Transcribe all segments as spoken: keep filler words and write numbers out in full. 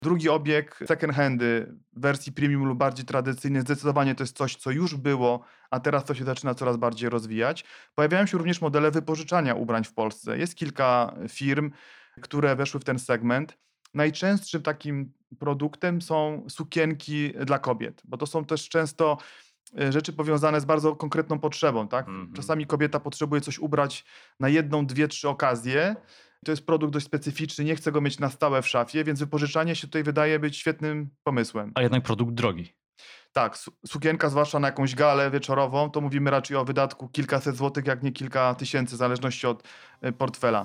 Drugi obieg, second handy w wersji premium lub bardziej tradycyjnej, zdecydowanie to jest coś, co już było, a teraz to się zaczyna coraz bardziej rozwijać. Pojawiają się również modele wypożyczania ubrań w Polsce. Jest kilka firm, które weszły w ten segment. Najczęstszym takim produktem są sukienki dla kobiet, bo to są też często e, rzeczy powiązane z bardzo konkretną potrzebą, tak? Mhm. Czasami kobieta potrzebuje coś ubrać na jedną, dwie, trzy okazje. To jest produkt dość specyficzny, nie chce go mieć na stałe w szafie, więc wypożyczanie się tutaj wydaje być świetnym pomysłem. A jednak produkt drogi. Tak, su- sukienka zwłaszcza na jakąś galę wieczorową, to mówimy raczej o wydatku kilkaset złotych, jak nie kilka tysięcy, w zależności od e, portfela.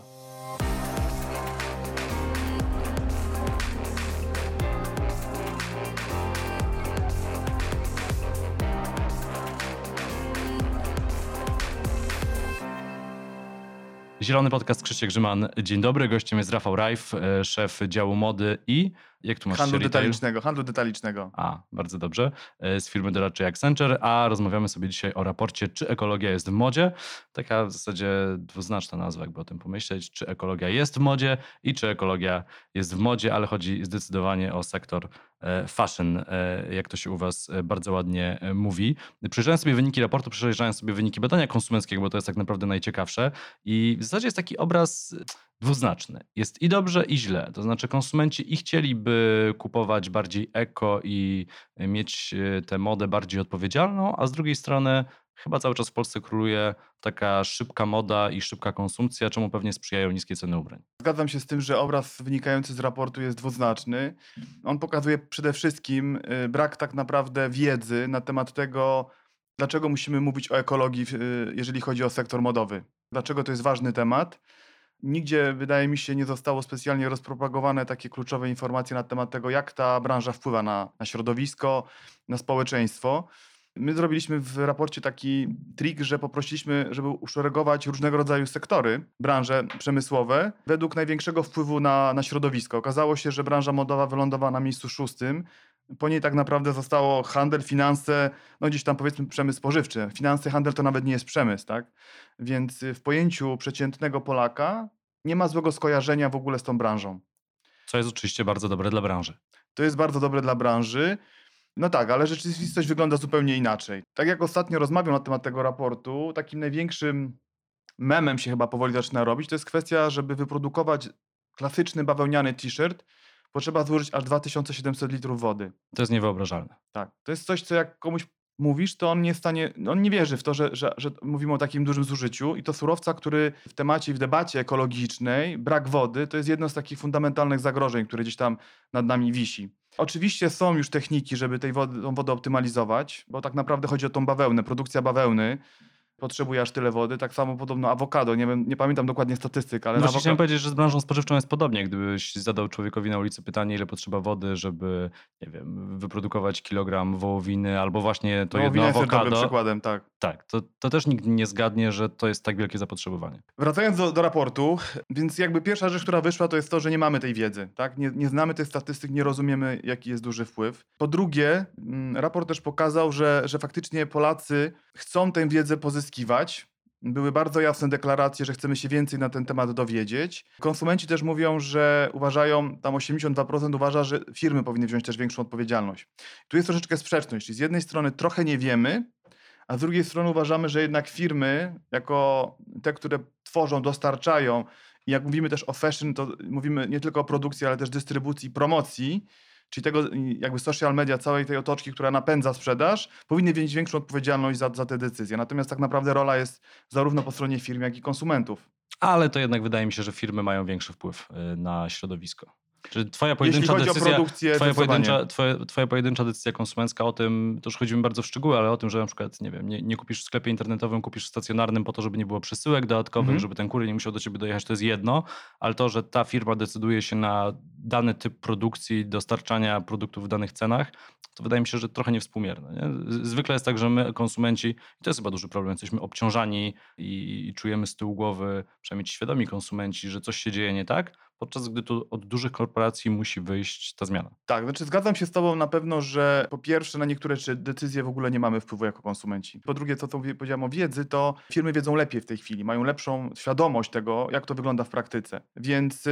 Zielony Podcast, Krzysiek Grzyman. Dzień dobry, gościem jest Rafał Rajf, e, szef działu mody i... Jak tu masz Handlu się retail? detalicznego, handlu detalicznego. A, bardzo dobrze. E, Z firmy doradczej Accenture, a rozmawiamy sobie dzisiaj o raporcie, czy ekologia jest w modzie. Taka w zasadzie dwuznaczna nazwa, jakby o tym pomyśleć. Czy ekologia jest w modzie i czy ekologia jest w modzie, ale chodzi zdecydowanie o sektor e, fashion, e, jak to się u was e, bardzo ładnie e, mówi. Przejrzałem sobie wyniki raportu, przejrzałem sobie wyniki badania konsumenckiego, bo to jest tak naprawdę najciekawsze i w zasadzie jest taki obraz dwuznaczny. Jest i dobrze, i źle. To znaczy konsumenci i chcieliby kupować bardziej eko i mieć e, tę modę bardziej odpowiedzialną, a z drugiej strony chyba cały czas w Polsce króluje taka szybka moda i szybka konsumpcja, czemu pewnie sprzyjają niskie ceny ubrań. Zgadzam się z tym, że obraz wynikający z raportu jest dwuznaczny. On pokazuje przede wszystkim y, brak tak naprawdę wiedzy na temat tego, dlaczego musimy mówić o ekologii, w- y, jeżeli chodzi o sektor modowy. Dlaczego to jest ważny temat. Nigdzie, wydaje mi się, nie zostało specjalnie rozpropagowane takie kluczowe informacje na temat tego, jak ta branża wpływa na, na środowisko, na społeczeństwo. My zrobiliśmy w raporcie taki trik, że poprosiliśmy, żeby uszeregować różnego rodzaju sektory, branże przemysłowe, według największego wpływu na, na środowisko. Okazało się, że branża modowa wylądowała na miejscu szóstym. Po niej tak naprawdę zostało handel, finanse, no gdzieś tam powiedzmy przemysł spożywczy. Finanse, handel to nawet nie jest przemysł, tak? Więc y, w pojęciu przeciętnego Polaka nie ma złego skojarzenia w ogóle z tą branżą. Co jest oczywiście bardzo dobre dla branży. To jest bardzo dobre dla branży. No tak, ale rzeczywistość wygląda zupełnie inaczej. Tak jak ostatnio rozmawiam na temat tego raportu, takim największym memem się chyba powoli zaczyna robić, to jest kwestia, żeby wyprodukować klasyczny bawełniany t-shirt, potrzeba zużyć aż dwa tysiące siedemset litrów wody. To jest niewyobrażalne. Tak, to jest coś, co jak komuś mówisz, to on nie jest w stanie, no on nie wierzy w to, że, że, że mówimy o takim dużym zużyciu i to surowca, który w temacie i w debacie ekologicznej, brak wody, to jest jedno z takich fundamentalnych zagrożeń, które gdzieś tam nad nami wisi. Oczywiście są już techniki, żeby tej wody, tą wodę optymalizować, bo tak naprawdę chodzi o tą bawełnę, produkcja bawełny potrzebuje aż tyle wody, tak samo podobno awokado, nie wiem, nie pamiętam dokładnie statystyk, ale No na właśnie chciałem awokado... powiedzieć, że z branżą spożywczą jest podobnie. Gdybyś zadał człowiekowi na ulicy pytanie, ile potrzeba wody, żeby, nie wiem, wyprodukować kilogram wołowiny albo właśnie to No, jedno wina jest też dobrym awokado, przykładem, tak. tak, to, to też nikt nie zgadnie, że to jest tak wielkie zapotrzebowanie. Wracając do, do raportu, więc jakby pierwsza rzecz, która wyszła, to jest to, że nie mamy tej wiedzy, tak? Nie, nie znamy tych statystyk, nie rozumiemy, jaki jest duży wpływ. Po drugie, mm, raport też pokazał, że, że faktycznie Polacy chcą tę wiedzę pozyskiwać. Były bardzo jasne deklaracje, że chcemy się więcej na ten temat dowiedzieć. Konsumenci też mówią, że uważają, tam osiemdziesiąt dwa procent uważa, że firmy powinny wziąć też większą odpowiedzialność. Tu jest troszeczkę sprzeczność, czyli z jednej strony trochę nie wiemy, a z drugiej strony uważamy, że jednak firmy, jako te, które tworzą, dostarczają, i jak mówimy też o fashion, to mówimy nie tylko o produkcji, ale też dystrybucji, promocji, czyli tego jakby social media, całej tej otoczki, która napędza sprzedaż, powinny wziąć większą odpowiedzialność za, za te decyzje. Natomiast tak naprawdę rola jest zarówno po stronie firm, jak i konsumentów. Ale to jednak wydaje mi się, że firmy mają większy wpływ y, na środowisko. Czy twoja Jeśli pojedyncza chodzi decyzja, o produkcję, twoja zdecydowanie. pojedyncza, twoja, twoja pojedyncza decyzja konsumencka o tym, to już chodzimy bardzo w szczegóły, ale o tym, że na przykład, nie wiem, nie, nie kupisz w sklepie internetowym, kupisz w stacjonarnym po to, żeby nie było przesyłek dodatkowych, Mhm. żeby ten kurier nie musiał do ciebie dojechać, to jest jedno, ale to, że ta firma decyduje się na dany typ produkcji, dostarczania produktów w danych cenach, to wydaje mi się, że trochę niewspółmierne. Nie? Z- Zwykle jest tak, że my, konsumenci, i to jest chyba duży problem, jesteśmy obciążani i, i czujemy z tyłu głowy, przynajmniej ci świadomi konsumenci, że coś się dzieje nie tak, podczas gdy tu od dużych korporacji musi wyjść ta zmiana. Tak, znaczy zgadzam się z tobą na pewno, że po pierwsze na niektóre czy decyzje w ogóle nie mamy wpływu jako konsumenci. Po drugie, to co wie- powiedziałem o wiedzy, to firmy wiedzą lepiej w tej chwili, mają lepszą świadomość tego, jak to wygląda w praktyce. Więc y,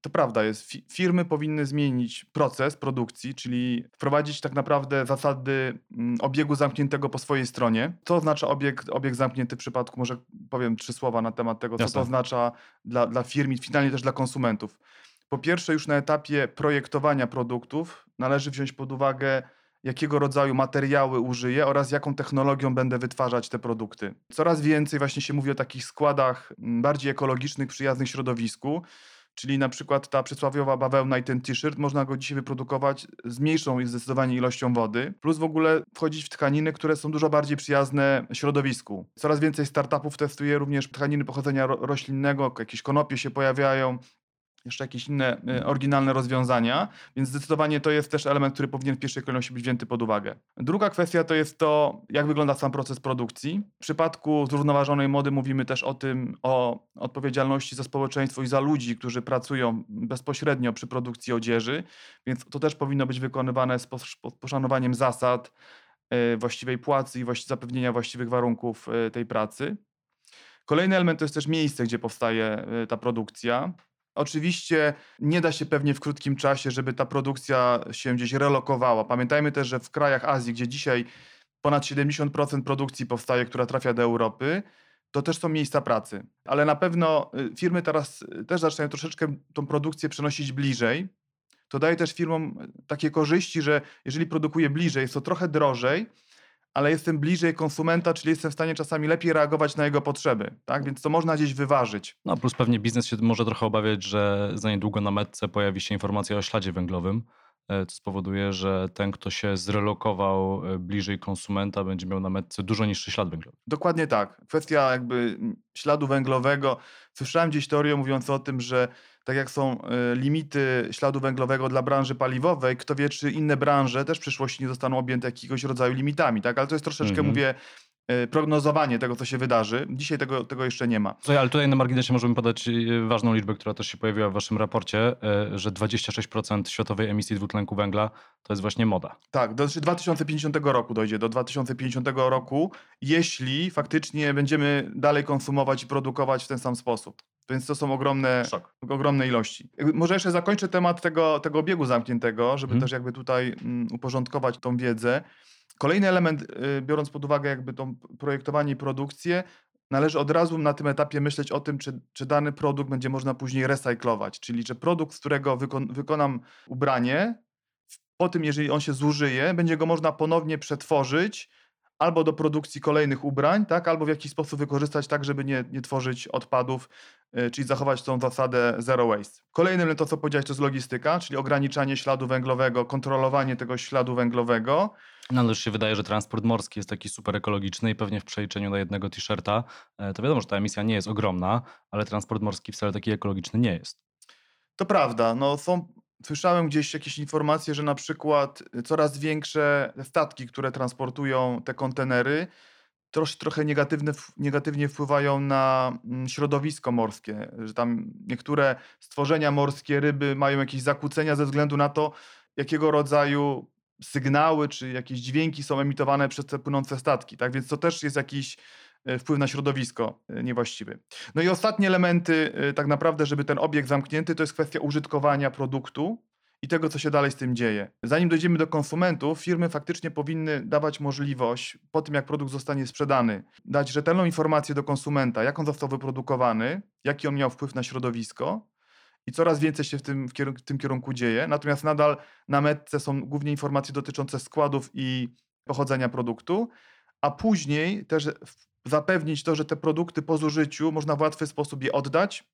To prawda jest. Fi firmy powinny zmienić proces produkcji, czyli wprowadzić tak naprawdę zasady mm, obiegu zamkniętego po swojej stronie. Co oznacza obieg, obieg zamknięty w przypadku, może powiem trzy słowa na temat tego, co to Jasne. oznacza dla, dla firm i finalnie też dla konsumentów. Po pierwsze, już na etapie projektowania produktów należy wziąć pod uwagę, jakiego rodzaju materiały użyję oraz jaką technologią będę wytwarzać te produkty. Coraz więcej właśnie się mówi o takich składach mm, bardziej ekologicznych, przyjaznych środowisku. Czyli na przykład ta przysłowiowa bawełna i ten t-shirt można go dzisiaj wyprodukować z mniejszą i zdecydowanie ilością wody, plus w ogóle wchodzić w tkaniny, które są dużo bardziej przyjazne środowisku. Coraz więcej startupów testuje również tkaniny pochodzenia ro roślinnego, jakieś konopie się pojawiają, jeszcze jakieś inne y, oryginalne rozwiązania, więc zdecydowanie to jest też element, który powinien w pierwszej kolejności być wzięty pod uwagę. Druga kwestia to jest to, jak wygląda sam proces produkcji. W przypadku zrównoważonej mody mówimy też o tym, o odpowiedzialności za społeczeństwo i za ludzi, którzy pracują bezpośrednio przy produkcji odzieży, więc to też powinno być wykonywane z posz- po- poszanowaniem zasad y, właściwej płacy i właści- zapewnienia właściwych warunków y, tej pracy. Kolejny element to jest też miejsce, gdzie powstaje y, ta produkcja. Oczywiście nie da się pewnie w krótkim czasie, żeby ta produkcja się gdzieś relokowała. Pamiętajmy też, że w krajach Azji, gdzie dzisiaj ponad siedemdziesiąt procent produkcji powstaje, która trafia do Europy, to też są miejsca pracy. Ale na pewno y, firmy teraz y, też zaczynają troszeczkę tą produkcję przenosić bliżej. To daje też firmom y, takie korzyści, że jeżeli produkuję bliżej, jest to trochę drożej, ale jestem bliżej konsumenta, czyli jestem w stanie czasami lepiej reagować na jego potrzeby, tak? Więc to można gdzieś wyważyć. No plus pewnie biznes się może trochę obawiać, że za niedługo na metce pojawi się informacja o śladzie węglowym. E, To spowoduje, że ten, kto się zrelokował e, bliżej konsumenta, będzie miał na metce dużo niższy ślad węglowy. Dokładnie tak. Kwestia jakby mm, śladu węglowego. Słyszałem gdzieś teorię mówiącą o tym, że tak jak są y, limity śladu węglowego dla branży paliwowej, kto wie, czy inne branże też w przyszłości nie zostaną objęte jakiegoś rodzaju limitami, tak? Ale to jest troszeczkę, Mhm. mówię, y, prognozowanie tego, co się wydarzy. Dzisiaj tego, tego jeszcze nie ma. Słuchaj, ale tutaj na marginesie możemy podać e, ważną liczbę, która też się pojawiła w waszym raporcie, e, że dwadzieścia sześć procent światowej emisji dwutlenku węgla to jest właśnie moda. Tak, do dwa tysiące pięćdziesiątego roku dojdzie, do dwa tysiące pięćdziesiątego roku, jeśli faktycznie będziemy dalej konsumować i produkować w ten sam sposób. Więc to są ogromne, Szok. ogromne ilości. Jakby może jeszcze zakończę temat tego, tego obiegu zamkniętego, żeby Mhm. też jakby tutaj mm, uporządkować tą wiedzę. Kolejny element, y, biorąc pod uwagę jakby to projektowanie i produkcję, należy od razu na tym etapie myśleć o tym, czy, czy dany produkt będzie można później recyklować, czyli że produkt, z którego wykon, wykonam ubranie, po tym, jeżeli on się zużyje, będzie go można ponownie przetworzyć albo do produkcji kolejnych ubrań, tak, albo w jakiś sposób wykorzystać tak, żeby nie, nie tworzyć odpadów, y, czyli zachować tą zasadę zero waste. Kolejnym, to co powiedziałeś, to jest logistyka, czyli ograniczanie śladu węglowego, kontrolowanie tego śladu węglowego. No ale już się wydaje, że transport morski jest taki super ekologiczny i pewnie w przeliczeniu na jednego t-shirta, e, to wiadomo, że ta emisja nie jest ogromna, ale transport morski wcale taki ekologiczny nie jest. To prawda, no są, słyszałem gdzieś jakieś informacje, że na przykład y, coraz większe statki, które transportują te kontenery, trosz, trochę negatywne, w- negatywnie wpływają na mm, środowisko morskie, że tam niektóre stworzenia morskie, ryby mają jakieś zakłócenia ze względu na to, jakiego rodzaju sygnały czy jakieś dźwięki są emitowane przez te płynące statki, tak? Więc to też jest jakiś e, wpływ na środowisko e, niewłaściwy. No i ostatnie elementy, e, tak naprawdę, żeby ten obieg zamknięty, to jest kwestia użytkowania produktu i tego, co się dalej z tym dzieje. Zanim dojdziemy do konsumentów, firmy faktycznie powinny dawać możliwość, po tym jak produkt zostanie sprzedany, dać rzetelną informację do konsumenta, jak on został wyprodukowany, jaki on miał wpływ na środowisko. I coraz więcej się w tym, w kierun- w tym kierunku dzieje. Natomiast nadal na metce są głównie informacje dotyczące składów i pochodzenia produktu, a później też w- zapewnić to, że te produkty po zużyciu można w łatwy sposób je oddać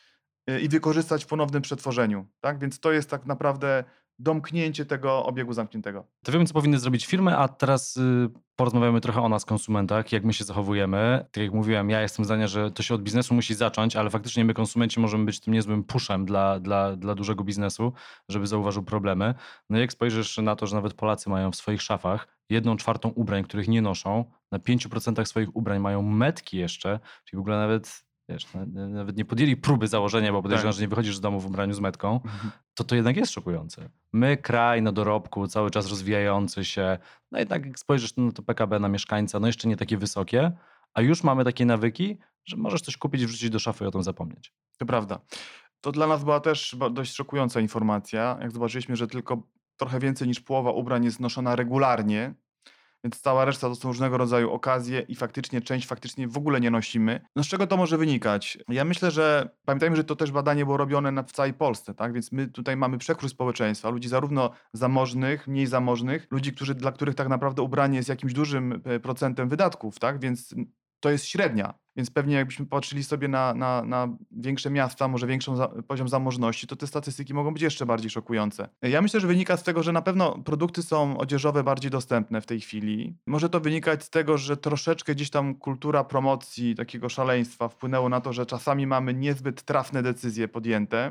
y, i wykorzystać w ponownym przetworzeniu. Tak? Więc to jest tak naprawdę domknięcie tego obiegu zamkniętego. To wiemy, co powinny zrobić firmy, a teraz y, porozmawiamy trochę o nas, konsumentach, jak my się zachowujemy. Tak jak mówiłem, ja jestem zdania, że to się od biznesu musi zacząć, ale faktycznie my, konsumenci, możemy być tym niezłym pushem dla, dla, dla dużego biznesu, żeby zauważył problemy. No i jak spojrzysz na to, że nawet Polacy mają w swoich szafach jedną czwartą ubrań, których nie noszą, na pięciu procentach swoich ubrań mają metki jeszcze, czyli w ogóle nawet... Wiesz, na- na- nawet nie podjęli próby założenia, bo podejrzewam, Tak. że nie wychodzisz z domu w ubraniu z metką, to to jednak jest szokujące. My, kraj na dorobku, cały czas rozwijający się, no jednak jak spojrzysz no to P K B na mieszkańca, no jeszcze nie takie wysokie, a już mamy takie nawyki, że możesz coś kupić, wrzucić do szafy i o tym zapomnieć. To prawda. To dla nas była też ba dość szokująca informacja, jak zobaczyliśmy, że tylko trochę więcej niż połowa ubrań jest noszona regularnie, więc cała reszta to są różnego rodzaju okazje i faktycznie część faktycznie w ogóle nie nosimy. No z czego to może wynikać? Ja myślę, że pamiętajmy, że to też badanie było robione na w całej Polsce, tak? Więc my tutaj mamy przekrój społeczeństwa, ludzi zarówno zamożnych, mniej zamożnych, ludzi, którzy, dla których tak naprawdę ubranie jest jakimś dużym e, procentem wydatków, tak? Więc to jest średnia. Więc pewnie jakbyśmy patrzyli sobie na, na, na większe miasta, może większą za, poziom zamożności, to te statystyki mogą być jeszcze bardziej szokujące. Ja myślę, że wynika z tego, że na pewno produkty są odzieżowe bardziej dostępne w tej chwili. Może to wynikać z tego, że troszeczkę gdzieś tam kultura promocji, takiego szaleństwa wpłynęło na to, że czasami mamy niezbyt trafne decyzje podjęte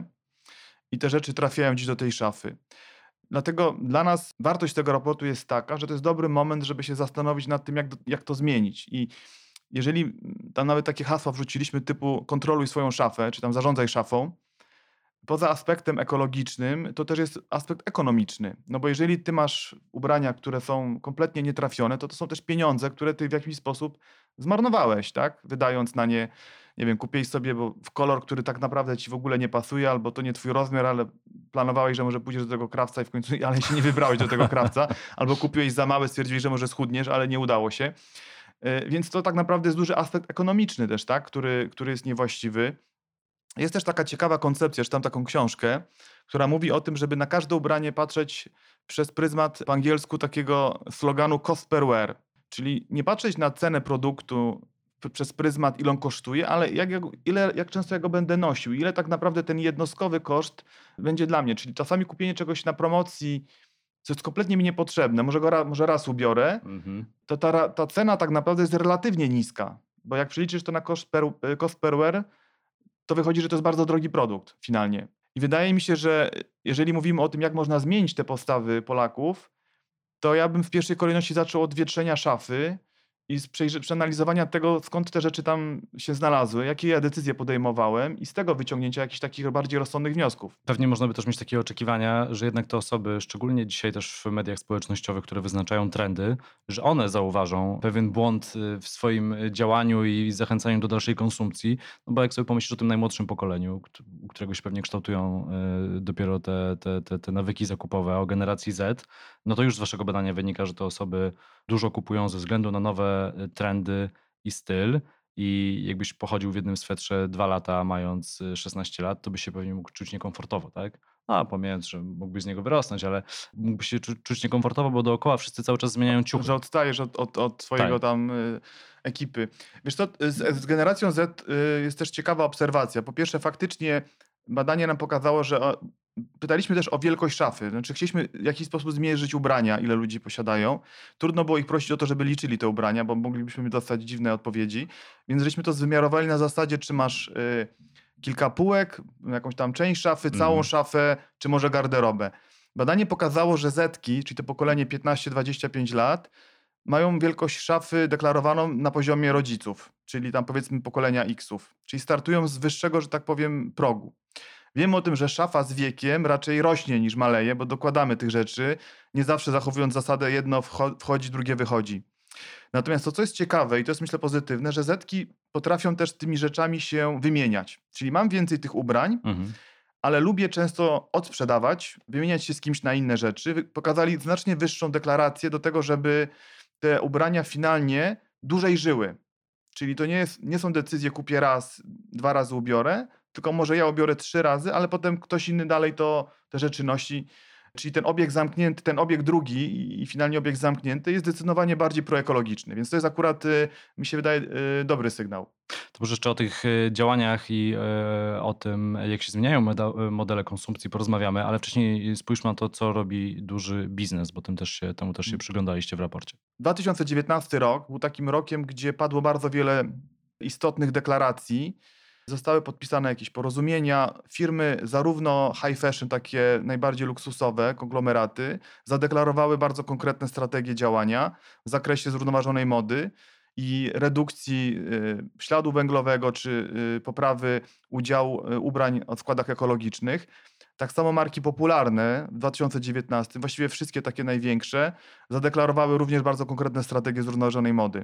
i te rzeczy trafiają gdzieś do tej szafy. Dlatego dla nas wartość tego raportu jest taka, że to jest dobry moment, żeby się zastanowić nad tym, jak, do, jak to zmienić. I jeżeli mm, tam nawet takie hasła wrzuciliśmy typu kontroluj swoją szafę, czy tam zarządzaj szafą, poza aspektem ekologicznym, to też jest aspekt ekonomiczny. No bo jeżeli ty masz ubrania, które są kompletnie nietrafione, to to są też pieniądze, które ty w jakiś sposób zmarnowałeś, tak? Wydając na nie, nie wiem, kupiłeś sobie bo w kolor, który tak naprawdę ci w ogóle nie pasuje, albo to nie twój rozmiar, ale planowałeś, że może pójdziesz do tego krawca i w końcu, ale się nie wybrałeś do tego krawca, albo kupiłeś za małe, stwierdziłeś, że może schudniesz, ale nie udało się. E, Więc to tak naprawdę jest duży aspekt ekonomiczny też, tak? Który, który jest niewłaściwy. Jest też taka ciekawa koncepcja, czytam taką książkę, która mówi o tym, żeby na każde ubranie patrzeć przez pryzmat po angielsku takiego sloganu cost per wear, czyli nie patrzeć na cenę produktu p- przez pryzmat, ile on kosztuje, ale jak, ja go- ile, jak często ja go będę nosił, ile tak naprawdę ten jednostkowy koszt będzie dla mnie. Czyli czasami kupienie czegoś na promocji, co jest kompletnie mi niepotrzebne, może, go ra, może raz ubiorę, Mhm. to ta, ra- ta cena tak naprawdę jest relatywnie niska, bo jak przeliczysz to na koszt per, cost per wear, to wychodzi, że to jest bardzo drogi produkt finalnie. I wydaje mi się, że jeżeli mówimy o tym, jak można zmienić te postawy Polaków, to ja bym w pierwszej kolejności zaczął od wietrzenia szafy i z przejrzy- przeanalizowania tego, skąd te rzeczy tam się znalazły, jakie ja decyzje podejmowałem i z tego wyciągnięcia jakichś takich bardziej rozsądnych wniosków. Pewnie można by też mieć takie oczekiwania, że jednak te osoby, szczególnie dzisiaj też w mediach społecznościowych, które wyznaczają trendy, że one zauważą pewien błąd y, w swoim y, działaniu i zachęcają do dalszej konsumpcji. No bo jak sobie pomyślisz o tym najmłodszym pokoleniu, kt- u którego się pewnie kształtują y, dopiero te, te, te, te nawyki zakupowe, o generacji Z, no to już z waszego badania wynika, że te osoby dużo kupują ze względu na nowe y, trendy i styl. I jakbyś pochodził w jednym swetrze dwa lata, mając y, szesnaście lat, to byś się pewnie mógł czuć niekomfortowo, tak? A pomijając, że mógłbyś z niego wyrosnąć, ale mógłbyś się czu czuć niekomfortowo, bo dookoła wszyscy cały czas zmieniają ciuchy. Że odstajesz od, od, od swojego Tak. tam y, ekipy. Wiesz co, z, z generacją Z y, jest też ciekawa obserwacja. Po pierwsze, faktycznie badanie nam pokazało, że o, pytaliśmy też o wielkość szafy. Znaczy, chcieliśmy w jakiś sposób zmierzyć ubrania, ile ludzi posiadają. Trudno było ich prosić o to, żeby liczyli te ubrania, bo moglibyśmy dostać dziwne odpowiedzi. Więc żeśmy to wymiarowali na zasadzie, czy masz y, kilka półek, jakąś tam część szafy, całą Mhm. szafę, czy może garderobę. Badanie pokazało, że Zetki, czyli to pokolenie piętnaście dwadzieścia pięć lat, mają wielkość szafy deklarowaną na poziomie rodziców, czyli tam powiedzmy pokolenia X-ów, czyli startują z wyższego, że tak powiem, progu. Wiemy o tym, że szafa z wiekiem raczej rośnie niż maleje, bo dokładamy tych rzeczy, nie zawsze zachowując zasadę jedno wcho- wchodzi, drugie wychodzi. Natomiast to, co jest ciekawe i to jest myślę pozytywne, że Zetki potrafią też tymi rzeczami się wymieniać. Czyli mam więcej tych ubrań, Mhm. ale lubię często odsprzedawać, wymieniać się z kimś na inne rzeczy. Wy- Pokazali znacznie wyższą deklarację do tego, żeby te ubrania finalnie dłużej żyły. Czyli to nie, jest, nie są decyzje kupię raz, dwa razy ubiorę, tylko może ja ubiorę trzy razy, ale potem ktoś inny dalej to te rzeczy nosi. Czyli ten obieg zamknięty, ten obieg drugi i, i finalnie obieg zamknięty jest zdecydowanie bardziej proekologiczny. Więc to jest akurat, y, mi się wydaje, y, dobry sygnał. To może jeszcze o tych y, działaniach i y, o tym, jak się zmieniają meda- modele konsumpcji porozmawiamy, ale wcześniej spójrzmy na to, co robi duży biznes, bo tym też się, temu też się przyglądaliście w raporcie. dwa tysiące dziewiętnasty rok był takim rokiem, gdzie padło bardzo wiele istotnych deklaracji. Zostały podpisane jakieś porozumienia. Firmy, zarówno high fashion, takie najbardziej luksusowe, konglomeraty, zadeklarowały bardzo konkretne strategie działania w zakresie zrównoważonej mody i redukcji y, śladu węglowego czy y, poprawy udziału y, ubrań o składach ekologicznych. Tak samo marki popularne w dwa tysiące dziewiętnastym, właściwie wszystkie takie największe, zadeklarowały również bardzo konkretne strategie zrównoważonej mody.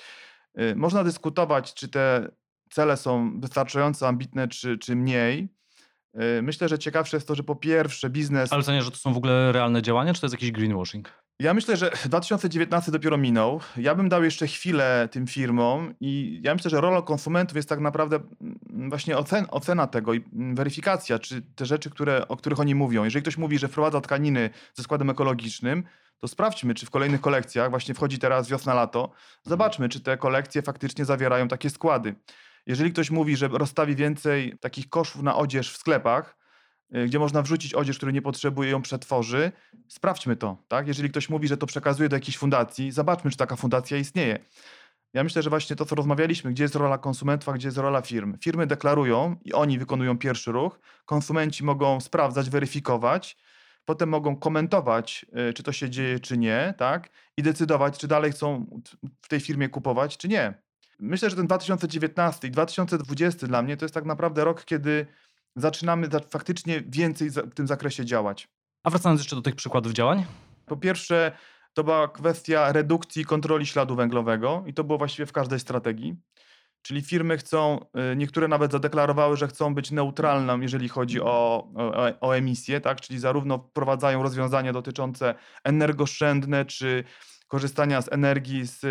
Y, Można dyskutować, czy te cele są wystarczająco ambitne, czy, czy mniej. Y, Myślę, że ciekawsze jest to, że po pierwsze biznes... Ale oceniasz, że to są w ogóle realne działania, czy to jest jakiś greenwashing? Ja myślę, że dwa tysiące dziewiętnasty dopiero minął. Ja bym dał jeszcze chwilę tym firmom i ja myślę, że rolą konsumentów jest tak naprawdę mm, właśnie ocen, ocena tego i mm, weryfikacja, czy te rzeczy, które, o których oni mówią. Jeżeli ktoś mówi, że wprowadza tkaniny ze składem ekologicznym, to sprawdźmy, czy w kolejnych kolekcjach, właśnie wchodzi teraz wiosna, lato, zobaczmy, czy te kolekcje faktycznie zawierają takie składy. Jeżeli ktoś mówi, że rozstawi więcej takich koszów na odzież w sklepach, y, gdzie można wrzucić odzież, który nie potrzebuje, ją przetworzy, sprawdźmy to, tak? Jeżeli ktoś mówi, że to przekazuje do jakiejś fundacji, zobaczmy, czy taka fundacja istnieje. Ja myślę, że właśnie to, co rozmawialiśmy, gdzie jest rola konsumentów, a gdzie jest rola firm. Firmy deklarują i oni wykonują pierwszy ruch, konsumenci mogą sprawdzać, weryfikować, potem mogą komentować, y, czy to się dzieje, czy nie, tak? I decydować, czy dalej chcą w tej firmie kupować, czy nie. Myślę, że ten dwa tysiące dziewiętnasty i dwa tysiące dwudziesty dla mnie to jest tak naprawdę rok, kiedy zaczynamy za- faktycznie więcej za- w tym zakresie działać. A wracając jeszcze do tych przykładów działań? Po pierwsze, to była kwestia redukcji i kontroli śladu węglowego i to było właściwie w każdej strategii. Czyli firmy chcą, y, niektóre nawet zadeklarowały, że chcą być neutralne, jeżeli chodzi o, o, o emisję, tak? Czyli zarówno wprowadzają rozwiązania dotyczące energooszczędne czy korzystania z energii z,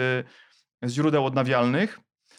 z źródeł odnawialnych.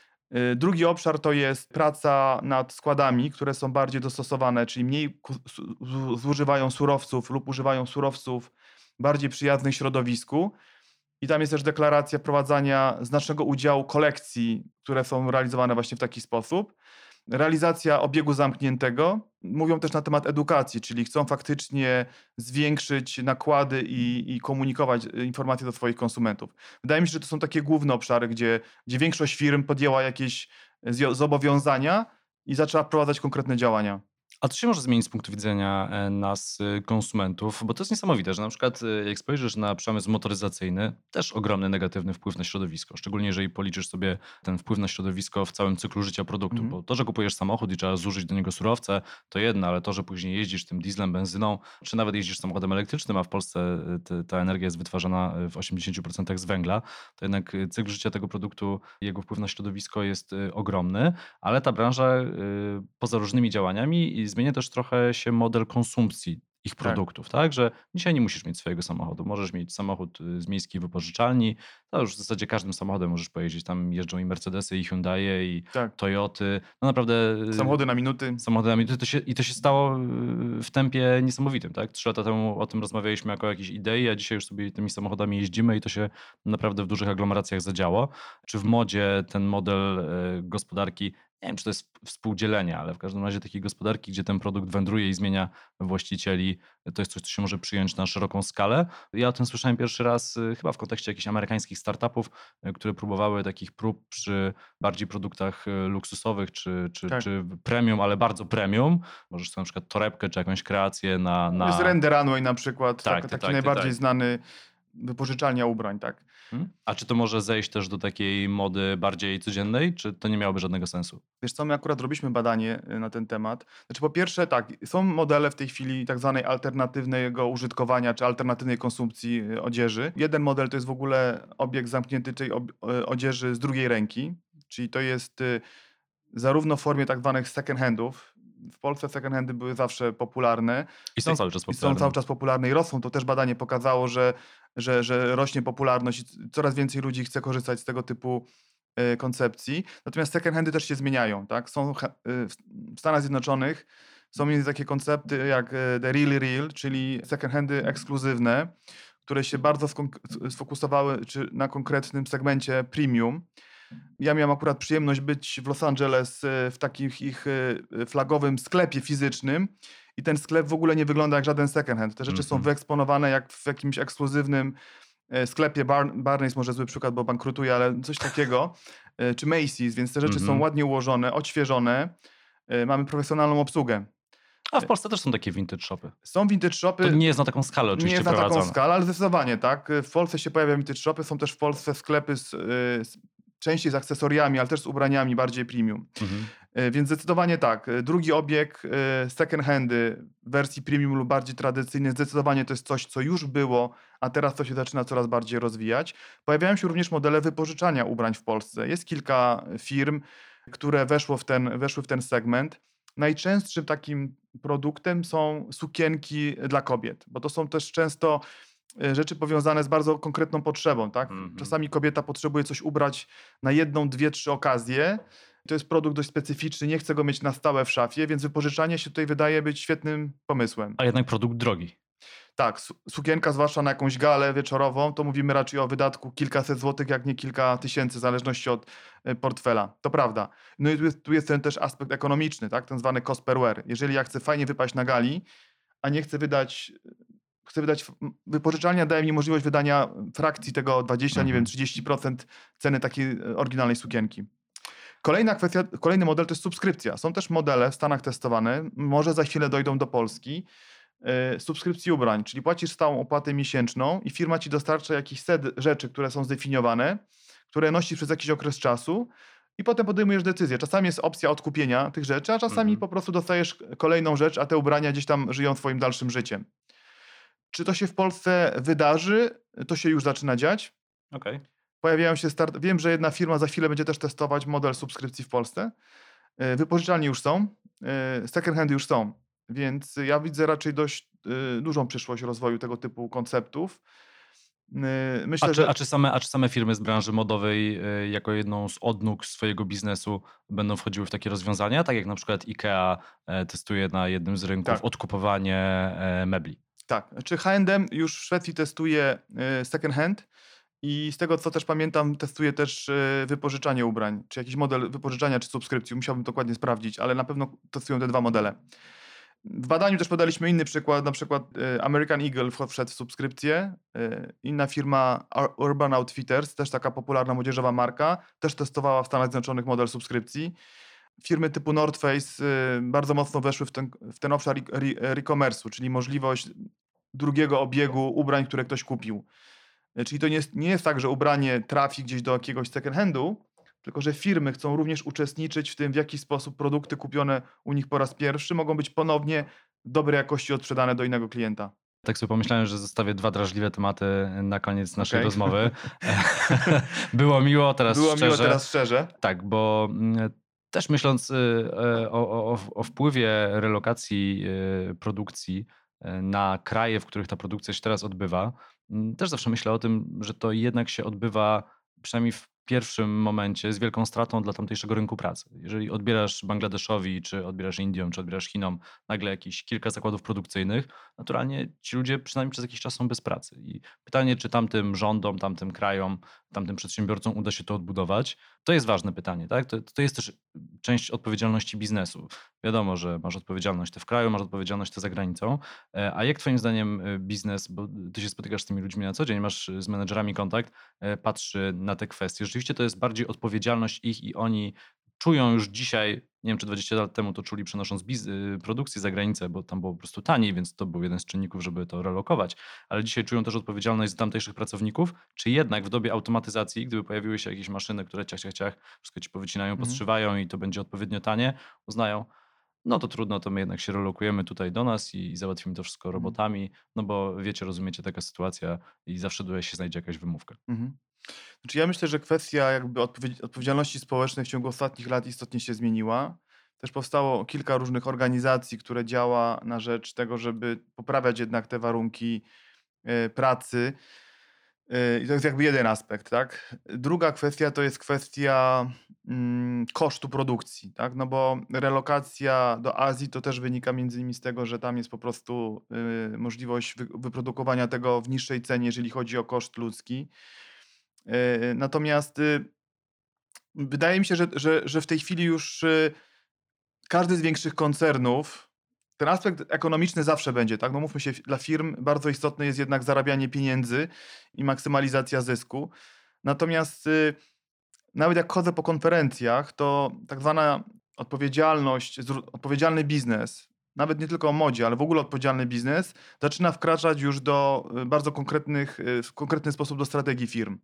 Y, Drugi obszar to jest praca nad składami, które są bardziej dostosowane, czyli mniej ku- su- zu- zużywają surowców lub używają surowców bardziej przyjaznych środowisku. I tam jest też deklaracja wprowadzania znacznego udziału kolekcji, które są realizowane właśnie w taki sposób. Realizacja obiegu zamkniętego. Mówią też na temat edukacji, czyli chcą faktycznie zwiększyć nakłady i, i komunikować y, informacje do swoich konsumentów. Wydaje mi się, że to są takie główne obszary, gdzie, gdzie większość firm podjęła jakieś zio- zobowiązania i zaczęła wprowadzać konkretne działania. A to się może zmienić z punktu widzenia e, nas, y, konsumentów, bo to jest niesamowite, że na przykład y, jak spojrzysz na przemysł motoryzacyjny, też ogromny negatywny wpływ na środowisko, szczególnie jeżeli policzysz sobie ten wpływ na środowisko w całym cyklu życia produktu, Mhm. bo to, że kupujesz samochód i trzeba zużyć do niego surowce, to jedno, ale to, że później jeździsz tym dieslem, benzyną, czy nawet jeździsz samochodem elektrycznym, a w Polsce y, te- ta energia jest wytwarzana y, w osiemdziesięciu procentach z węgla, to jednak y, cykl życia tego produktu, jego wpływ na środowisko jest y, ogromny, ale ta branża y, poza różnymi działaniami i zmienia też trochę się model konsumpcji ich Tak. produktów, tak? Że dzisiaj nie musisz mieć swojego samochodu. Możesz mieć samochód y, z miejskiej wypożyczalni. To już w zasadzie każdym samochodem możesz pojeździć. Tam jeżdżą i Mercedesy, i Hyundaie, i Tak. Toyoty. No naprawdę y, Samochody na minuty. samochodami. To, to się, I to się stało y, w tempie niesamowitym, tak? Trzy lata temu o tym rozmawialiśmy jako o jakiejś idei, a dzisiaj już sobie tymi samochodami jeździmy i to się naprawdę w dużych aglomeracjach zadziało. Czy w modzie ten model y, gospodarki, nie wiem, czy to jest współdzielenie, ale w każdym razie takiej gospodarki, gdzie ten produkt wędruje i zmienia właścicieli, to jest coś, co się może przyjąć na szeroką skalę. Ja o tym słyszałem pierwszy raz y, chyba w kontekście jakichś amerykańskich startupów, y, które próbowały takich prób przy bardziej produktach y, luksusowych czy, czy, Tak. czy premium, ale bardzo premium. Możesz sobie na przykład torebkę czy jakąś kreację na... No jest na... Render Runway na przykład, Tak, tak, tak, taki tak, najbardziej tak. znany wypożyczalnia ubrań, tak. Hmm? A czy to może zejść też do takiej mody bardziej codziennej, czy to nie miałoby żadnego sensu? Wiesz co, my akurat robiliśmy badanie y, na ten temat. Znaczy po pierwsze tak, są modele w tej chwili tak zwanej alternatywnego użytkowania czy alternatywnej konsumpcji y, odzieży. Jeden model to jest w ogóle obieg zamknięty, czyli ob- y, odzieży z drugiej ręki, czyli to jest y, zarówno w formie tak zwanych second handów. W Polsce second handy były zawsze popularne. I są cały czas I są popularne. cały czas popularne i rosną. To też badanie pokazało, że, że, że rośnie popularność i c- coraz więcej ludzi chce korzystać z tego typu e, koncepcji. Natomiast second handy też się zmieniają. Tak? Są ha- e, w w Stanach Zjednoczonych są między takie koncepty jak e, the really real, czyli second handy ekskluzywne, które się bardzo skon- sfokusowały czy na konkretnym segmencie premium. Ja miałem akurat przyjemność być w Los Angeles e, w takim ich e, flagowym sklepie fizycznym i ten sklep w ogóle nie wygląda jak żaden second hand. Te rzeczy są Mhm. wyeksponowane jak w jakimś ekskluzywnym e, sklepie. Bar Barneys może zły przykład, bo bankrutuje, ale coś takiego. E, Czy Macy's, więc te rzeczy są Mhm. ładnie ułożone, odświeżone. E, Mamy profesjonalną obsługę. A w Polsce też są takie vintage shopy. Są vintage shopy. To nie jest na taką skalę Nie oczywiście jest na taką prowadzone. skalę, ale zdecydowanie tak. W Polsce się pojawiają vintage shopy, są też w Polsce sklepy z, y, z, częściej z akcesoriami, ale też z ubraniami bardziej premium. Mhm. Y, Więc zdecydowanie tak. Y, Drugi obieg, y, second handy w wersji premium lub bardziej tradycyjnej, zdecydowanie to jest coś, co już było, a teraz to się zaczyna coraz bardziej rozwijać. Pojawiają się również modele wypożyczania ubrań w Polsce. Jest kilka firm, które weszło w ten, weszły w ten segment. Najczęstszym takim produktem są sukienki dla kobiet, bo to są też często e, rzeczy powiązane z bardzo konkretną potrzebą, tak? Mhm. Czasami kobieta potrzebuje coś ubrać na jedną, dwie, trzy okazje. To jest produkt dość specyficzny, nie chce go mieć na stałe w szafie, więc wypożyczanie się tutaj wydaje być świetnym pomysłem. A jednak produkt drogi. Tak, su- sukienka zwłaszcza na jakąś galę wieczorową, to mówimy raczej o wydatku kilkaset złotych, jak nie kilka tysięcy, w zależności od e, portfela. To prawda. No i tu jest, tu jest ten też aspekt ekonomiczny, tak? Ten zwany cost per wear. Jeżeli ja chcę fajnie wypaść na gali, a nie chcę wydać, chcę wydać, m, wypożyczalnia daje mi możliwość wydania frakcji tego dwadzieścia, nie wiem, Mhm. trzydzieści procent ceny takiej e, oryginalnej sukienki. Kolejna kwestia, kolejny model to jest subskrypcja. Są też modele w Stanach testowane, może za chwilę dojdą do Polski, e, subskrypcji ubrań, czyli płacisz stałą opłatę miesięczną i firma ci dostarcza jakiś set rzeczy, które są zdefiniowane, które nosisz przez jakiś okres czasu i potem podejmujesz decyzję. Czasami jest opcja odkupienia tych rzeczy, a czasami Mhm. po prostu dostajesz kolejną rzecz, a te ubrania gdzieś tam żyją swoim dalszym życiem. Czy to się w Polsce wydarzy? To się już zaczyna dziać. Okej. Pojawiają się start... Wiem, że jedna firma za chwilę będzie też testować model subskrypcji w Polsce. E, Wypożyczalnie już są, e, second handy już są, więc ja widzę raczej dość e, dużą przyszłość rozwoju tego typu konceptów. E, A Myślę, czy, że a, czy same, a czy same firmy z branży modowej y, jako jedną z odnóg swojego biznesu będą wchodziły w takie rozwiązania? Tak jak na przykład IKEA e, testuje na jednym z rynków tak, odkupowanie e, mebli. tak. Czy H and M już w Szwecji testuje e, second hand i z tego co też pamiętam testuje też e, wypożyczanie ubrań, czy jakiś model wypożyczania czy subskrypcji. Musiałbym dokładnie sprawdzić, ale na pewno testują te dwa modele. W badaniu też podaliśmy inny przykład, na przykład e, American Eagle wcho- wszedł w subskrypcję, e, inna firma Ur- Urban Outfitters, też taka popularna młodzieżowa marka, też testowała w Stanach Zjednoczonych model subskrypcji. Firmy typu North Face y, bardzo mocno weszły w ten, w ten obszar e- re- re-commerce'u, czyli możliwość drugiego obiegu ubrań, które ktoś kupił. E, Czyli to nie jest, nie jest tak, że ubranie trafi gdzieś do jakiegoś second handu, tylko że firmy chcą również uczestniczyć w tym, w jaki sposób produkty kupione u nich po raz pierwszy mogą być ponownie dobrej jakości odsprzedane do innego klienta. Tak sobie pomyślałem, że zostawię dwa drażliwe tematy na koniec naszej Okej. rozmowy. Było miło, teraz Było miło szczerze. teraz szczerze. Tak, bo mm, też myśląc y, e, o, o, o o wpływie relokacji y, produkcji y, na kraje, w których ta produkcja się teraz odbywa, mm, też zawsze myślę o tym, że to jednak się odbywa przynajmniej w pierwszym momencie z wielką stratą dla tamtejszego rynku pracy. Jeżeli odbierasz Bangladeszowi, czy odbierasz Indiom, czy odbierasz Chinom nagle jakieś kilka zakładów produkcyjnych, naturalnie ci ludzie przynajmniej przez jakiś czas są bez pracy. I pytanie, czy tamtym rządom, tamtym krajom, tamtym przedsiębiorcom uda się to odbudować, to jest ważne pytanie, tak? To, to jest też część odpowiedzialności biznesu. Wiadomo, że masz odpowiedzialność ty w kraju, masz odpowiedzialność ty za granicą. E, A jak twoim zdaniem e, biznes, bo ty się spotykasz z tymi ludźmi na co dzień, masz e, z menedżerami kontakt, e, patrzy na te kwestie? Rzeczywiście to jest bardziej odpowiedzialność ich i oni czują już dzisiaj, nie wiem czy dwadzieścia lat temu to czuli przenosząc biz- y, produkcję za granicę, bo tam było po prostu taniej, więc to był jeden z czynników, żeby to relokować, ale dzisiaj czują też odpowiedzialność za tamtejszych pracowników, czy jednak w dobie automatyzacji, gdyby pojawiły się jakieś maszyny, które ciach, ciach, ciach, wszystko ci powycinają, Mhm. podszywają i to będzie odpowiednio tanie, uznają, no to trudno, to my jednak się relokujemy tutaj do nas i, i załatwimy to wszystko Mhm. robotami, no bo wiecie, rozumiecie, taka sytuacja i zawsze tutaj się znajdzie jakaś wymówka. Mhm. Znaczy ja myślę, że kwestia jakby odpowiedzi- odpowiedzialności społecznej w ciągu ostatnich lat istotnie się zmieniła. Też powstało kilka różnych organizacji, które działa na rzecz tego, żeby poprawiać jednak te warunki e, pracy. E, I to jest jakby jeden aspekt, tak? Druga kwestia to jest kwestia mm, kosztu produkcji, tak? No bo relokacja do Azji to też wynika między innymi z tego, że tam jest po prostu y, możliwość wy, wyprodukowania tego w niższej cenie, jeżeli chodzi o koszt ludzki. E, Natomiast y, wydaje mi się, że, że, że w tej chwili już y, każdy z większych koncernów, ten aspekt ekonomiczny zawsze będzie, tak? No mówmy się, dla firm bardzo istotne jest jednak zarabianie pieniędzy i maksymalizacja zysku. Natomiast y, nawet jak chodzę po konferencjach, to tak zwana odpowiedzialność, zró- odpowiedzialny biznes, nawet nie tylko o modzie, ale w ogóle odpowiedzialny biznes, zaczyna wkraczać już do y, bardzo konkretnych, y, w konkretny sposób do strategii firm.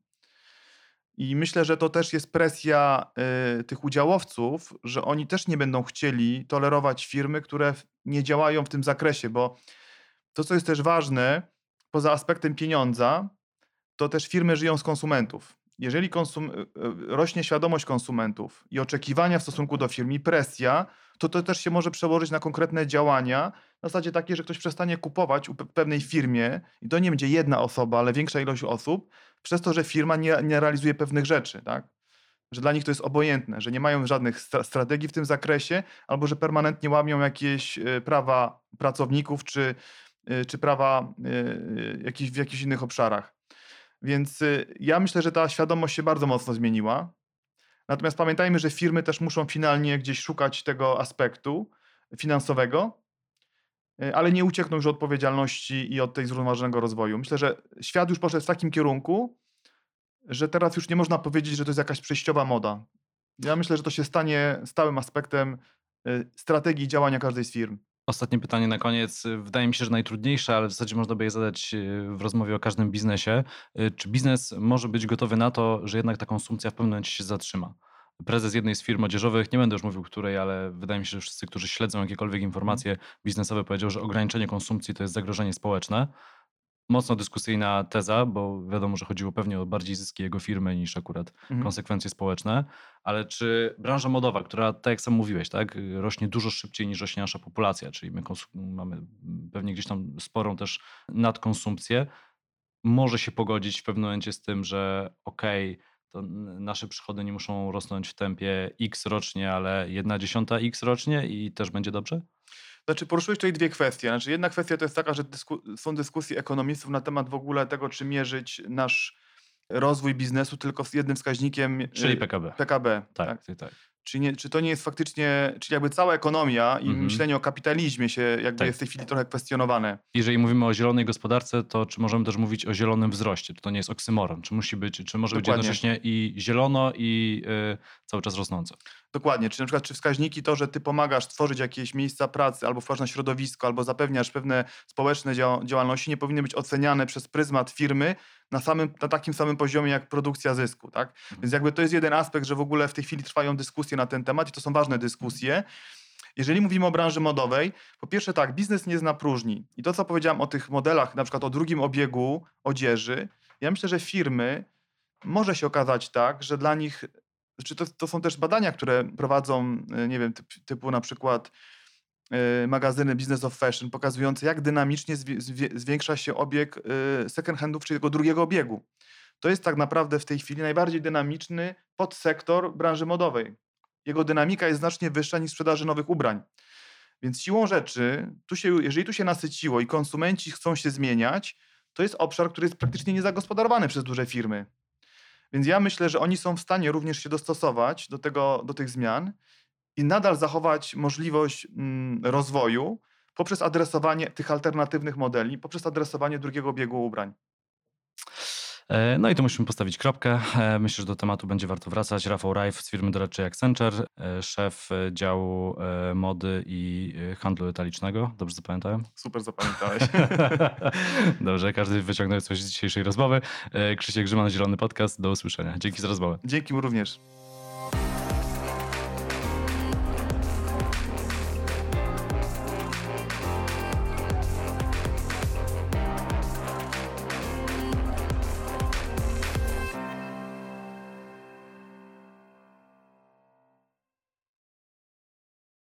I myślę, że to też jest presja y, tych udziałowców, że oni też nie będą chcieli tolerować firmy, które w- nie działają w tym zakresie, bo to, co jest też ważne, poza aspektem pieniądza, to też firmy żyją z konsumentów. jeżeli konsum- rośnie świadomość konsumentów i oczekiwania w stosunku do firm i presja, to to też się może przełożyć na konkretne działania, na zasadzie takiej, że ktoś przestanie kupować u pe- pewnej firmie i to nie będzie jedna osoba, ale większa ilość osób, przez to, że firma nie, nie realizuje pewnych rzeczy, tak? Że dla nich to jest obojętne, że nie mają żadnych stra- strategii w tym zakresie, albo że permanentnie łamią jakieś y, prawa pracowników, czy, y, czy prawa y, y, jakich, w jakichś innych obszarach. Więc y, ja myślę, że ta świadomość się bardzo mocno zmieniła. Natomiast pamiętajmy, że firmy też muszą finalnie gdzieś szukać tego aspektu finansowego, y, ale nie uciekną już od odpowiedzialności i od tej zrównoważonego rozwoju. Myślę, że świat już poszedł w takim kierunku, że teraz już nie można powiedzieć, że to jest jakaś przejściowa moda. Ja myślę, że to się stanie stałym aspektem y, strategii działania każdej z firm. Ostatnie pytanie na koniec. Wydaje mi się, że najtrudniejsze, ale w zasadzie można by je zadać y, w rozmowie o każdym biznesie. Y, Czy biznes może być gotowy na to, że jednak ta konsumpcja w pewnym momencie się zatrzyma? Prezes jednej z firm odzieżowych, nie będę już mówił której, ale wydaje mi się, że wszyscy, którzy śledzą jakiekolwiek informacje biznesowe, powiedział, że ograniczenie konsumpcji to jest zagrożenie społeczne. Mocno dyskusyjna teza, bo wiadomo, że chodziło pewnie o bardziej zyski jego firmy niż akurat Mhm. konsekwencje społeczne. Ale czy branża modowa, która, tak jak sam mówiłeś, tak, rośnie dużo szybciej niż rośnie nasza populacja, czyli my konsum- mamy pewnie gdzieś tam sporą też nadkonsumpcję, może się pogodzić w pewnym momencie z tym, że okej, to n- nasze przychody nie muszą rosnąć w tempie X rocznie, ale jedna dziesiąta X rocznie i też będzie dobrze? Znaczy, poruszyłeś tutaj dwie kwestie. Znaczy, jedna kwestia to jest taka, że dysku- są dyskusje ekonomistów na temat w ogóle tego, czy mierzyć nasz rozwój biznesu tylko z jednym wskaźnikiem, Czyli y, P K B. P K B. Tak, Tak? tak, tak. Czy, nie, czy to nie jest faktycznie, czyli jakby cała ekonomia i Mhm. myślenie o kapitalizmie się jakby Tak. jest w tej chwili trochę kwestionowane. Jeżeli mówimy o zielonej gospodarce, to czy możemy też mówić o zielonym wzroście? Czy to nie jest oksymoron? Czy musi być, czy może być Dokładnie. jednocześnie i zielono, i y, cały czas rosnące? Dokładnie, czy na przykład czy wskaźniki to, że ty pomagasz tworzyć jakieś miejsca pracy, albo wpływasz na środowisko, albo zapewniasz pewne społeczne dzia- działalności, nie powinny być oceniane przez pryzmat firmy na, samym, na takim samym poziomie jak produkcja zysku, tak? Więc jakby to jest jeden aspekt, że w ogóle w tej chwili trwają dyskusje na ten temat i to są ważne dyskusje. Jeżeli mówimy o branży modowej, po pierwsze tak, biznes nie zna próżni. I to, co powiedziałem o tych modelach, na przykład o drugim obiegu odzieży, ja myślę, że firmy może się okazać tak, że dla nich, czy to, to są też badania, które prowadzą, y, nie wiem, typ, typu na przykład y, magazyny Business of Fashion, pokazujące, jak dynamicznie zwi- zwie- zwiększa się obieg y, second handów, czyli tego drugiego obiegu. To jest tak naprawdę w tej chwili najbardziej dynamiczny podsektor branży modowej. Jego dynamika jest znacznie wyższa niż sprzedaży nowych ubrań. Więc siłą rzeczy, tu się, jeżeli tu się nasyciło i konsumenci chcą się zmieniać, to jest obszar, który jest praktycznie niezagospodarowany przez duże firmy. Więc ja myślę, że oni są w stanie również się dostosować do, tego, do tych zmian i nadal zachować możliwość mm, rozwoju poprzez adresowanie tych alternatywnych modeli, poprzez adresowanie drugiego biegu ubrań. E, No i tu musimy postawić kropkę. E, Myślę, że do tematu będzie warto wracać. Rafał Rajf z firmy doradczej Accenture, e, szef e, działu e, mody i e, handlu detalicznego. Dobrze zapamiętałem? Super zapamiętałeś. Dobrze, każdy wyciągnął coś z dzisiejszej rozmowy. E, Krzysiek Grzyman, Zielony Podcast. Do usłyszenia. Dzięki za rozmowę. Dzięki mu również.